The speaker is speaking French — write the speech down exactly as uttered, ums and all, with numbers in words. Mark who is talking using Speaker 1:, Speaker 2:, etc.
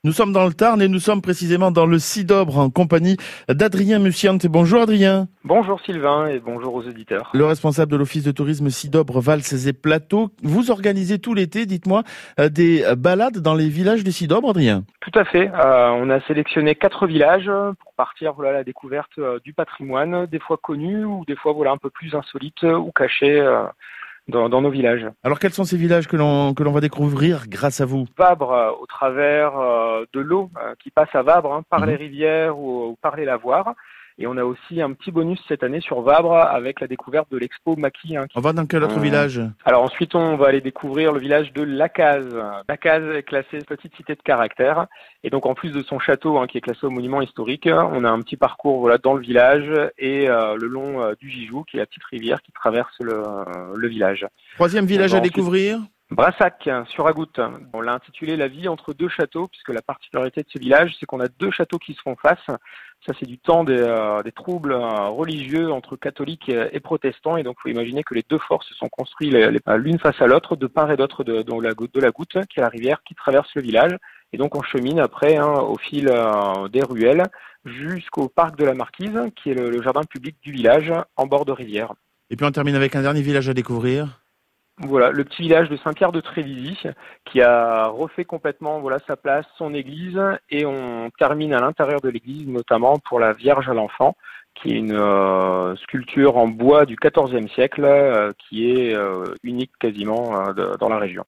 Speaker 1: Nous sommes dans le Tarn et nous sommes précisément dans le Cidobre en compagnie d'Adrien Muciante. Bonjour Adrien.
Speaker 2: Bonjour Sylvain et bonjour aux auditeurs.
Speaker 1: Le responsable de l'Office de tourisme Cidobre, Valses et Plateaux. Vous organisez tout l'été, dites-moi, euh, des balades dans les villages du Cidobre, Adrien?
Speaker 2: Tout à fait. Euh, on a sélectionné quatre villages pour partir voilà, à la découverte euh, du patrimoine, des fois connu ou des fois voilà, un peu plus insolite ou caché euh, dans, dans nos villages.
Speaker 1: Alors quels sont ces villages que l'on que l'on va découvrir grâce à vous?
Speaker 2: Vabre euh, au travers euh, de l'eau euh, qui passe à Vabre hein, par
Speaker 1: Mhm.
Speaker 2: les rivières ou, ou par les lavoirs. Et on a aussi un petit bonus cette année sur Vabre avec la découverte de l'expo Maquis. Hein, qui...
Speaker 1: On va dans quel autre
Speaker 2: Euh,
Speaker 1: village?
Speaker 2: Alors ensuite, on va aller découvrir le village de Lacaz. Lacaz est classé petite cité de caractère. Et donc en plus de son château hein, qui est classé au monument historique, on a un petit parcours voilà dans le village et euh, le long euh, du Gijou, qui est la petite rivière qui traverse le, euh, le village.
Speaker 1: Troisième village
Speaker 2: On
Speaker 1: à
Speaker 2: va ensuite-
Speaker 1: découvrir?
Speaker 2: Brassac, sur Agout. On l'a intitulé La vie entre deux châteaux, puisque la particularité de ce village, c'est qu'on a deux châteaux qui se font face. Ça, c'est du temps des, euh, des troubles euh, religieux entre catholiques et, et protestants. Et donc, il faut imaginer que les deux forces se sont construites les- les- l'une face à l'autre, de part et d'autre de, de, la, Goutte- de la Goutte, qui est la rivière qui traverse le village. Et donc, on chemine après hein, au fil euh, des ruelles jusqu'au parc de la Marquise, qui est le, le jardin public du village, en bord de rivière.
Speaker 1: Et puis on termine avec un dernier village à découvrir.
Speaker 2: Voilà, le petit village de Saint-Pierre-de-Trévisy qui a refait complètement voilà sa place, son église, et on termine à l'intérieur de l'église notamment pour la Vierge à l'Enfant, qui est une euh, sculpture en bois du quatorzième siècle euh, qui est euh, unique quasiment euh, de- dans la région.